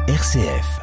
RCF.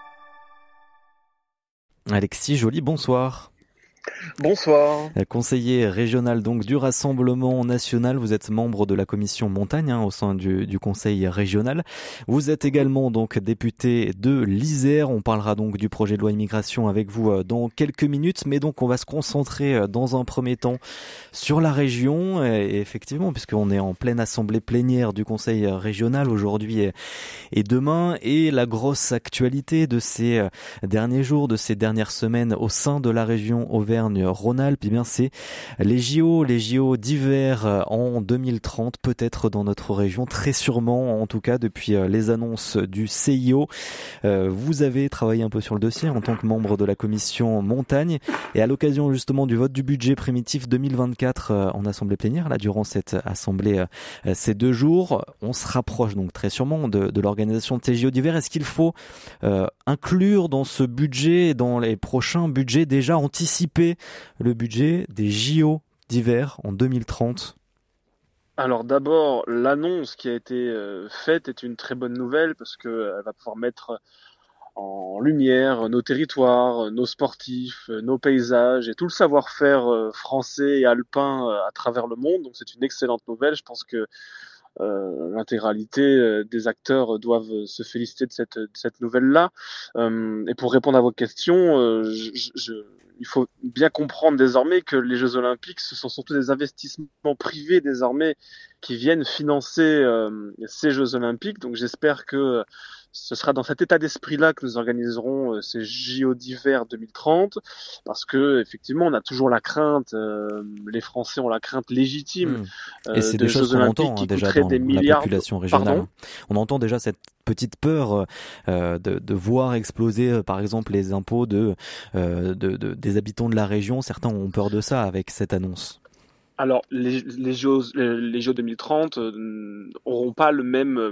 Alexis Joly, bonsoir. Bonsoir. Conseiller régional donc du Rassemblement national, vous êtes membre de la commission montagne au sein du conseil régional. Vous êtes également donc député de l'Isère. On parlera donc du projet de loi immigration avec vous dans quelques minutes, mais donc on va se concentrer dans un premier temps sur la région. Et effectivement, puisqu'on est en pleine assemblée plénière du conseil régional aujourd'hui et demain, et la grosse actualité de ces derniers jours, de ces dernières semaines au sein de la région Auvergne-Rhône-Alpes, eh bien c'est les JO d'hiver en 2030, peut-être dans notre région, très sûrement, en tout cas depuis les annonces du CIO. Vous avez travaillé un peu sur le dossier en tant que membre de la commission montagne, et à l'occasion justement du vote du budget primitif 2024 en assemblée plénière, là durant cette assemblée ces 2 jours, on se rapproche donc très sûrement de l'organisation de ces JO d'hiver. Est-ce qu'il faut inclure dans ce budget, dans les prochains budgets, déjà anticiper le budget des JO d'hiver en 2030? Alors d'abord, l'annonce qui a été faite est une très bonne nouvelle parce qu'elle va pouvoir mettre en lumière nos territoires, nos sportifs, nos paysages et tout le savoir-faire français et alpin à travers le monde. Donc c'est une excellente nouvelle. Je pense que l'intégralité des acteurs doivent se féliciter de cette nouvelle-là. Et pour répondre à vos questions, il faut bien comprendre désormais que les Jeux Olympiques, ce sont surtout des investissements privés désormais qui viennent financer ces Jeux Olympiques. Donc j'espère que ce sera dans cet état d'esprit-là que nous organiserons ces JO d'hiver 2030, parce que effectivement, on a toujours la crainte, les Français ont la crainte légitime Et c'est de des choses Jeux qu'on Olympiques entend qui déjà coûteraient dans des la milliards. population régionale. Pardon. On entend déjà cette petite peur de voir exploser par exemple les impôts des habitants de la région. Certains ont peur de ça avec cette annonce. Alors, les JO 2030 auront pas le même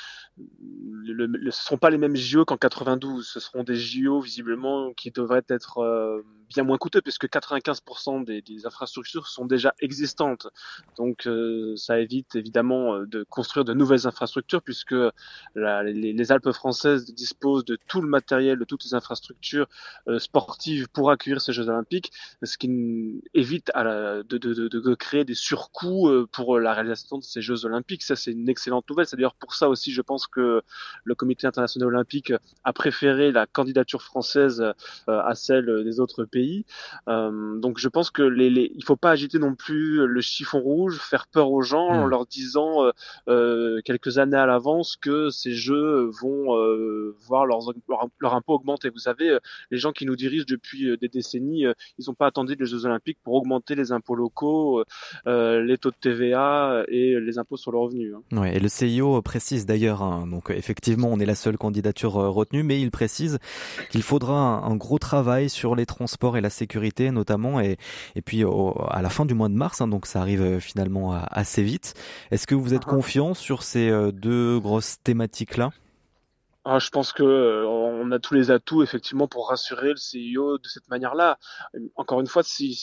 ce ne seront pas les mêmes JO qu'en 92. Ce seront des JO visiblement qui devraient être bien moins coûteux, puisque 95% des infrastructures sont déjà existantes. Donc ça évite évidemment de construire de nouvelles infrastructures, puisque les Alpes françaises disposent de tout le matériel, de toutes les infrastructures sportives pour accueillir ces Jeux Olympiques, ce qui évite de créer des surcoûts pour la réalisation de ces Jeux Olympiques. Ça, c'est une excellente nouvelle. C'est d'ailleurs pour ça aussi, je pense que le Comité international olympique a préféré la candidature française à celle des autres pays. Donc je pense que il faut pas agiter non plus le chiffon rouge, faire peur aux gens en leur disant quelques années à l'avance que ces jeux vont voir leur impôt augmenter. Vous savez, les gens qui nous dirigent depuis des décennies, ils n'ont pas attendu les Jeux Olympiques pour augmenter les impôts locaux, les taux de TVA et les impôts sur le revenu. Ouais, et le CIO précise d'ailleurs, donc effectivement on est la seule candidature retenue, mais il précise qu'il faudra un gros travail sur les transports et la sécurité notamment, et puis à la fin du mois de mars, donc ça arrive finalement assez vite. Est-ce que vous êtes confiant sur ces 2 grosses thématiques-là ? Je pense que on a tous les atouts effectivement pour rassurer le CIO de cette manière-là. Encore une fois,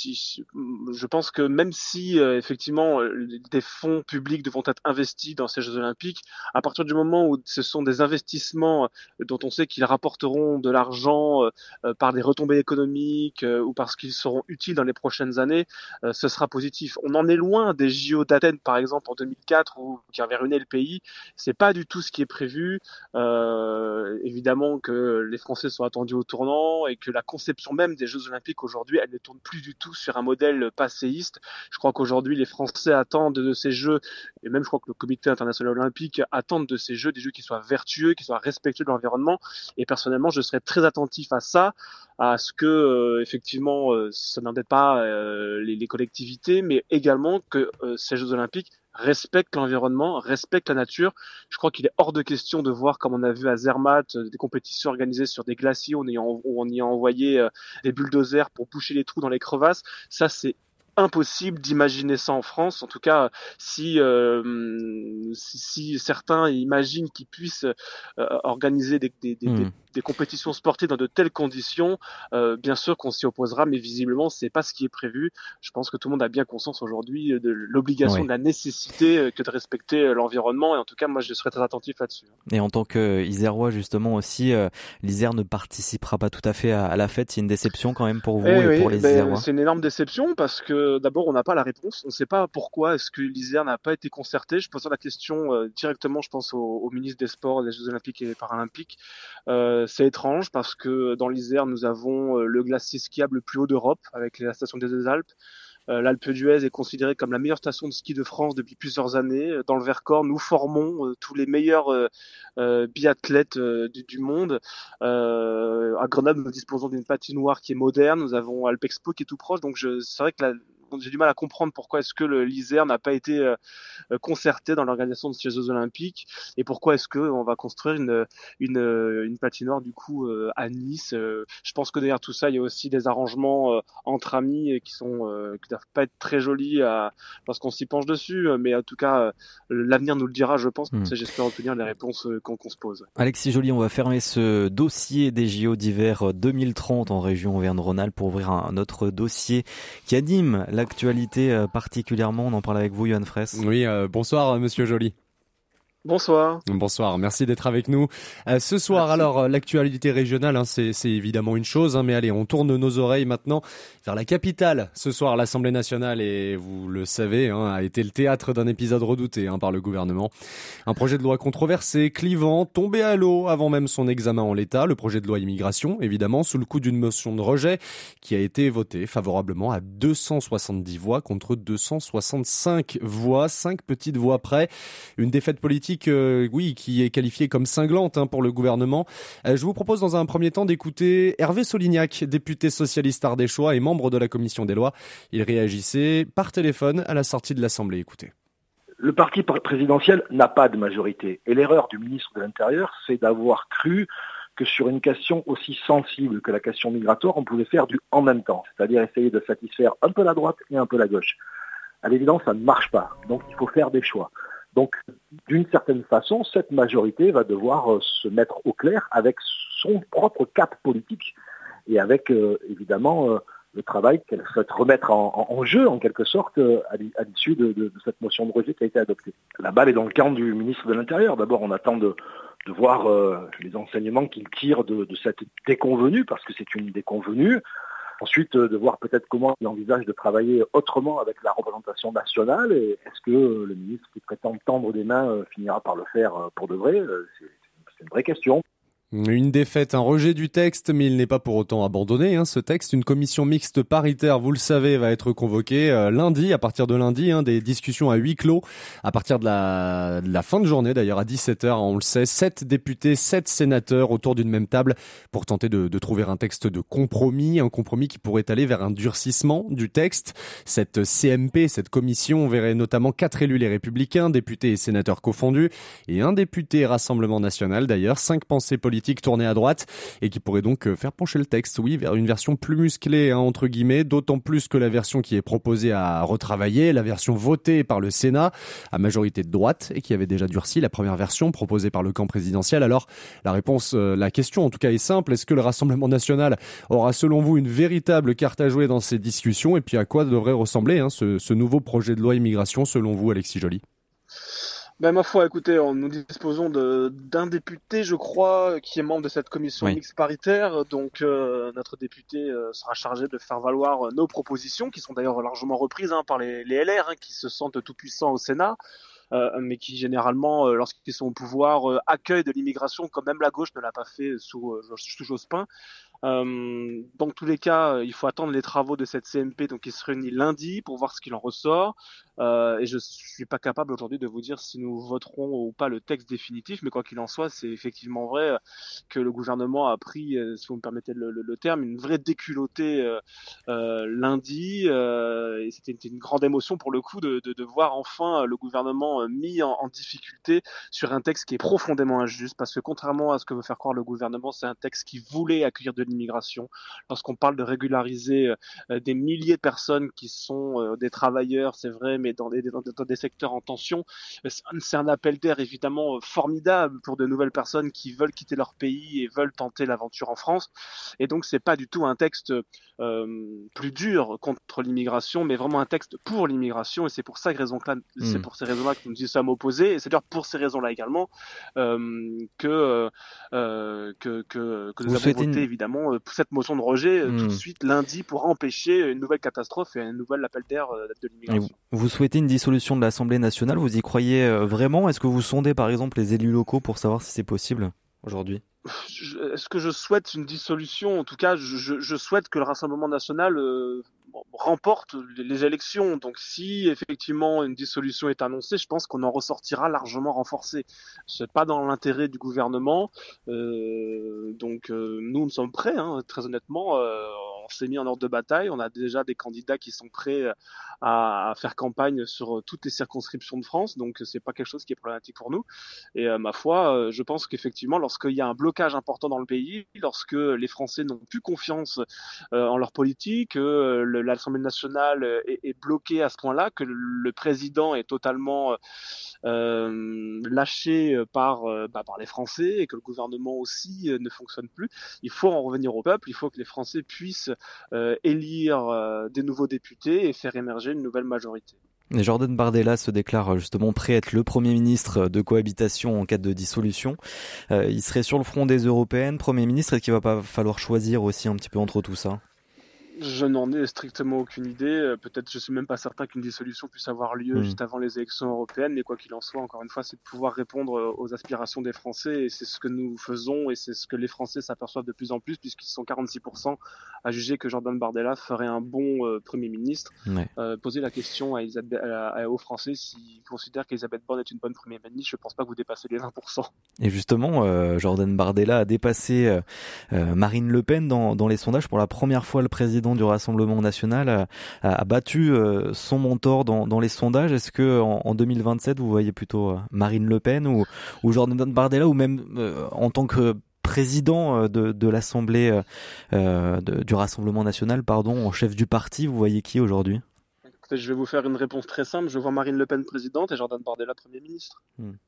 je pense que même si effectivement des fonds publics devront être investis dans ces Jeux Olympiques, à partir du moment où ce sont des investissements dont on sait qu'ils rapporteront de l'argent par des retombées économiques ou parce qu'ils seront utiles dans les prochaines années, ce sera positif. On en est loin des JO d'Athènes par exemple en 2004 qui avaient ruiné le pays. C'est pas du tout ce qui est prévu. Évidemment que les Français sont attendus au tournant et que la conception même des Jeux Olympiques aujourd'hui, elle ne tourne plus du tout sur un modèle passéiste. Je crois qu'aujourd'hui, les Français attendent de ces Jeux, et même je crois que le Comité international olympique attend de ces Jeux des Jeux qui soient vertueux, qui soient respectueux de l'environnement. Et personnellement, je serais très attentif à ça, à ce que effectivement, ça n'endette pas les collectivités, mais également que ces Jeux Olympiques respecte l'environnement, respecte la nature. Je crois qu'il est hors de question de voir, comme on a vu à Zermatt, des compétitions organisées sur des glaciers où on y a envoyé des bulldozers pour boucher les trous dans les crevasses. Ça, c'est impossible d'imaginer ça en France. En tout cas, si certains imaginent qu'ils puissent organiser des compétitions sportives dans de telles conditions, bien sûr qu'on s'y opposera, mais visiblement, c'est pas ce qui est prévu. Je pense que tout le monde a bien conscience aujourd'hui de l'obligation, Oui. de la nécessité que de respecter l'environnement. Et en tout cas, moi, je serai très attentif là-dessus. Et en tant que Isérois, justement aussi, l'Isère ne participera pas tout à fait à la fête. C'est une déception quand même pour vous Eh et pour oui, les Isérois. c'est une énorme déception parce que d'abord on n'a pas la réponse, on ne sait pas pourquoi est-ce que l'Isère n'a pas été concertée. Je pose la question directement, je pense au ministre des Sports, des Jeux Olympiques et Paralympiques. C'est étrange parce que dans l'Isère nous avons le glacier skiable le plus haut d'Europe avec la station des Deux Alpes. L'Alpe d'Huez est considérée comme la meilleure station de ski de France depuis plusieurs années. Dans le Vercors, nous formons tous les meilleurs biathlètes du monde. À Grenoble, nous disposons d'une patinoire qui est moderne. Nous avons Alpexpo qui est tout proche. Donc, c'est vrai que j'ai du mal à comprendre pourquoi est-ce que l'Isère n'a pas été concerté dans l'organisation de ces Jeux Olympiques et pourquoi est-ce que on va construire une patinoire du coup à Nice. Je pense que derrière tout ça, il y a aussi des arrangements entre amis qui doivent pas être très jolis lorsqu'on s'y penche dessus, mais en tout cas l'avenir nous le dira, je pense, et j'espère obtenir les réponses qu'on se pose. Alexis Joly, on va fermer ce dossier des JO d'hiver 2030 en région Auvergne-Rhône-Alpes pour ouvrir un autre dossier qui anime l'actualité particulièrement. On en parle avec vous, Johan Fraisse. Oui, bonsoir Monsieur Joly. Bonsoir. Bonsoir, merci d'être avec nous. Ce soir, Merci. alors, l'actualité régionale, c'est évidemment une chose, mais allez, on tourne nos oreilles maintenant vers la capitale. Ce soir, l'Assemblée nationale, et vous le savez, a été le théâtre d'un épisode redouté par le gouvernement. Un projet de loi controversé, clivant, tombé à l'eau avant même son examen en l'état. Le projet de loi immigration, évidemment, sous le coup d'une motion de rejet qui a été votée favorablement à 270 voix contre 265 voix, 5 petites voix près. Une défaite politique qui est qualifiée comme cinglante pour le gouvernement. Je vous propose dans un premier temps d'écouter Hervé Solignac, député socialiste ardéchois et membre de la commission des lois. Il réagissait par téléphone à la sortie de l'Assemblée. Écoutez. Le parti présidentiel n'a pas de majorité. Et l'erreur du ministre de l'Intérieur, c'est d'avoir cru que sur une question aussi sensible que la question migratoire, on pouvait faire du en même temps, c'est-à-dire essayer de satisfaire un peu la droite et un peu la gauche. À l'évidence, ça ne marche pas. Donc il faut faire des choix. Donc, d'une certaine façon, cette majorité va devoir se mettre au clair avec son propre cap politique et avec, évidemment, le travail qu'elle souhaite remettre en jeu, en quelque sorte, à l'issue de cette motion de rejet qui a été adoptée. La balle est dans le camp du ministre de l'Intérieur. D'abord, on attend de voir les enseignements qu'il tire de cette déconvenue, parce que c'est une déconvenue. Ensuite, de voir peut-être comment il envisage de travailler autrement avec la représentation nationale. Et est-ce que le ministre qui prétend tendre des mains finira par le faire pour de vrai? C'est une vraie question. Une défaite, un rejet du texte, mais il n'est pas pour autant abandonné. Ce texte, une commission mixte paritaire, vous le savez, va être convoquée lundi, à partir de lundi, des discussions à huis clos, à partir de la fin de journée, d'ailleurs à 17h, on le sait, 7 députés, 7 sénateurs autour d'une même table pour tenter de trouver un texte de compromis, un compromis qui pourrait aller vers un durcissement du texte. Cette CMP, cette commission, verrait notamment 4 élus les Républicains, députés et sénateurs confondus, et un député Rassemblement National, d'ailleurs, 5 pensées politiques tournée à droite et qui pourrait donc faire pencher le texte, oui, vers une version plus musclée, entre guillemets, d'autant plus que la version qui est proposée à retravailler, la version votée par le Sénat à majorité de droite et qui avait déjà durci la première version proposée par le camp présidentiel. Alors, la question en tout cas est simple, est-ce que le Rassemblement National aura selon vous une véritable carte à jouer dans ces discussions et puis à quoi devrait ressembler ce nouveau projet de loi immigration selon vous, Alexis Joly? Ma foi, écoutez, nous disposons d'un député, je crois, qui est membre de cette commission mixte paritaire. Donc, notre député sera chargé de faire valoir nos propositions, qui sont d'ailleurs largement reprises par les LR, qui se sentent tout puissants au Sénat. Mais qui généralement, lorsqu'ils sont au pouvoir, accueillent de l'immigration, comme même la gauche ne l'a pas fait sous Jospin. Dans tous les cas, il faut attendre les travaux de cette CMP, donc qui se réunit lundi pour voir ce qu'il en ressort. Et je suis pas capable aujourd'hui de vous dire si nous voterons ou pas le texte définitif, mais quoi qu'il en soit, c'est effectivement vrai que le gouvernement a pris, si vous me permettez le terme, une vraie déculottée lundi. Et c'était une grande émotion pour le coup de voir enfin le gouvernement mis en difficulté sur un texte qui est profondément injuste, parce que contrairement à ce que veut faire croire le gouvernement, c'est un texte qui voulait accueillir de l'immigration, lorsqu'on parle de régulariser des milliers de personnes qui sont des travailleurs, c'est vrai, mais dans des secteurs en tension, c'est un appel d'air évidemment formidable pour de nouvelles personnes qui veulent quitter leur pays et veulent tenter l'aventure en France. Et donc c'est pas du tout un texte plus dur contre l'immigration, mais vraiment un texte pour l'immigration. Et c'est pour ça c'est pour ces raisons-là que nous y sommes opposés. Et c'est d'ailleurs pour ces raisons-là également que nous avons voté évidemment pour cette motion de rejet tout de suite lundi pour empêcher une nouvelle catastrophe et un nouvel appel d'air de l'immigration. Vous souhaitez une dissolution de l'Assemblée nationale, vous y croyez vraiment? Est-ce que vous sondez par exemple les élus locaux pour savoir si c'est possible aujourd'hui? Est-ce que je souhaite une dissolution? En tout cas, je souhaite que le Rassemblement national remporte les élections. Donc si effectivement une dissolution est annoncée, je pense qu'on en ressortira largement renforcé. C'est pas dans l'intérêt du gouvernement. Donc nous sommes prêts, très honnêtement. On s'est mis en ordre de bataille. On a déjà des candidats qui sont prêts à faire campagne sur toutes les circonscriptions de France. Donc c'est pas quelque chose qui est problématique pour nous. Et ma foi, je pense qu'effectivement, lorsqu'il y a un blocage important dans le pays, lorsque les Français n'ont plus confiance en leur politique, l'Assemblée nationale est bloquée à ce point-là, que le président est totalement lâché par les Français et que le gouvernement aussi ne fonctionne plus. Il faut en revenir au peuple, il faut que les Français puissent élire des nouveaux députés et faire émerger une nouvelle majorité. Et Jordan Bardella se déclare justement prêt à être le Premier ministre de cohabitation en cas de dissolution. Il serait sur le front des européennes, Premier ministre, et qu'il va pas falloir choisir aussi un petit peu entre tout ça? Je n'en ai strictement aucune idée. Peut-être, je suis même pas certain qu'une dissolution puisse avoir lieu juste avant les élections européennes. Mais quoi qu'il en soit, encore une fois, c'est de pouvoir répondre aux aspirations des Français. Et c'est ce que nous faisons et c'est ce que les Français s'aperçoivent de plus en plus, puisqu'ils sont 46% à juger que Jordan Bardella ferait un bon Premier ministre. Ouais. Poser la question aux Français s'ils considèrent qu'Elisabeth Borne est une bonne Première ministre, je pense pas que vous dépassez les 20%. Et justement, Jordan Bardella a dépassé Marine Le Pen dans les sondages. Pour la première fois, le président du Rassemblement national a battu son mentor dans les sondages. Est-ce que en 2027 vous voyez plutôt Marine Le Pen ou Jordan Bardella, ou même en tant que président de l'Assemblée du Rassemblement national, en chef du parti, vous voyez qui aujourd'hui? Je vais vous faire une réponse très simple. Je vois Marine Le Pen présidente et Jordan Bardella Premier ministre.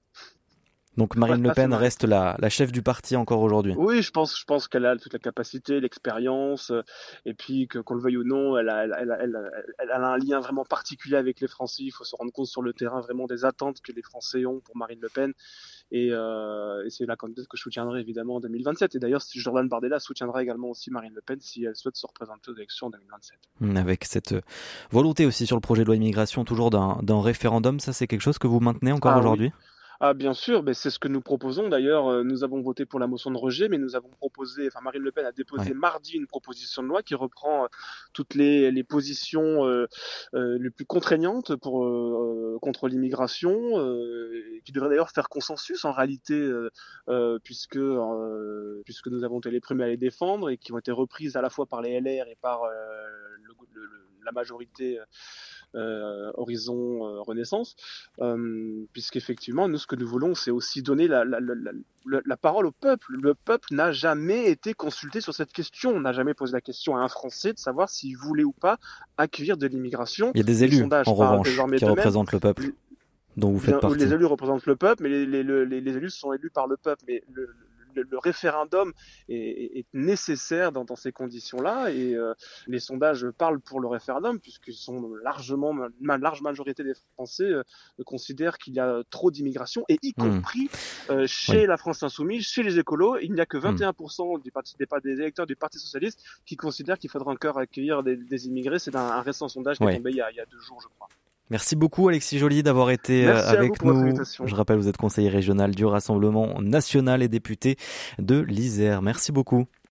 Donc Marine Le Pen reste la chef du parti encore aujourd'hui. Oui, je pense qu'elle a toute la capacité, l'expérience, et puis qu'on le veuille ou non, elle a un lien vraiment particulier avec les Français. Il faut se rendre compte sur le terrain vraiment des attentes que les Français ont pour Marine Le Pen. Et c'est la candidate que je soutiendrai évidemment en 2027. Et d'ailleurs, Jordan Bardella soutiendra également aussi Marine Le Pen si elle souhaite se représenter aux élections en 2027. Avec cette volonté aussi sur le projet de loi immigration, toujours d'un référendum, ça c'est quelque chose que vous maintenez encore aujourd'hui? Oui. Ah bien sûr, c'est ce que nous proposons. D'ailleurs, nous avons voté pour la motion de rejet, mais nous avons proposé, Marine Le Pen a déposé mardi une proposition de loi qui reprend toutes les positions les plus contraignantes contre l'immigration, qui devrait d'ailleurs faire consensus en réalité, puisque nous avons été les premiers à les défendre et qui ont été reprises à la fois par les LR et par la majorité Horizon Renaissance, puisqu'effectivement nous ce que nous voulons c'est aussi donner la parole au peuple. Le peuple n'a jamais été consulté sur cette question, on n'a jamais posé la question à un Français de savoir s'il voulait ou pas accueillir de l'immigration. Il y a des élus en revanche qui représentent le peuple, dont vous faites partie. Les élus représentent le peuple, mais les élus sont élus par le peuple, mais le référendum est nécessaire dans ces conditions-là, et les sondages parlent pour le référendum, puisqu'ils sont une large majorité des Français considèrent qu'il y a trop d'immigration, et y compris chez la France Insoumise, chez les écolos, il n'y a que 21% des électeurs du Parti Socialiste qui considèrent qu'il faudra encore accueillir des immigrés. C'est un récent sondage qui est tombé il y a 2 jours, je crois. Merci beaucoup Alexis Joly d'avoir été avec nous. Je rappelle, vous êtes conseiller régional du Rassemblement national et député de l'Isère. Merci beaucoup.